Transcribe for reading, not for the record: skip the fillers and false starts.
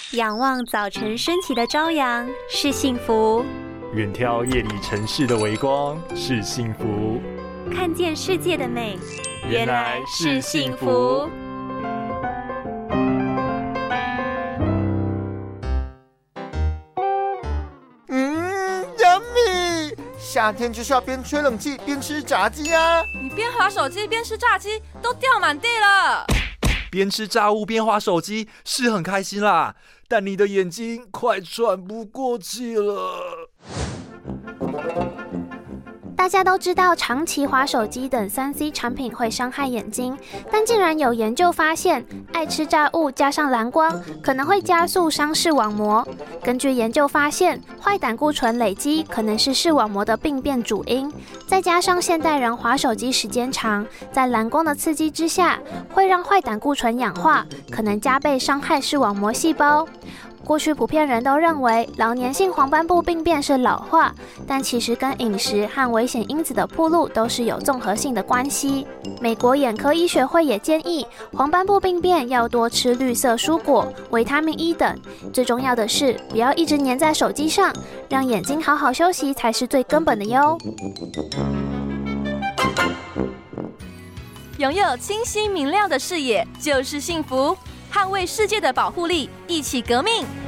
仰望早晨升起的朝阳是幸福， 远眺夜里城市的微光是幸福， 看见世界的美原来是幸福。 Yummy！ 夏天就是要边吹冷气边吃炸鸡啊！ 你边滑手机边吃炸鸡，都掉满地了。 边吃炸物边滑手机是很开心啦，但你的眼睛快喘不过气了。 大家都知道长期滑手机等 3C 产品会伤害眼睛，但竟然有研究发现，爱吃炸物加上蓝光可能会加速伤视网膜。根据研究发现，坏胆固醇累积可能是视网膜的病变主因，再加上现代人滑手机时间长，在蓝光的刺激之下，会让坏胆固醇氧化，可能加倍伤害视网膜细胞。过去普遍人都认为老年性黄斑部病变是老化，但其实跟饮食和危险因子的暴露都是有综合性的关系。美国眼科医学会也建议，黄斑部病变要多吃绿色蔬果、维他命 E 等。最重要的是，不要一直黏在手机上，让眼睛好好休息才是最根本的哟。 拥有清晰明亮的视野就是幸福，捍卫世界的保护力，一起革命。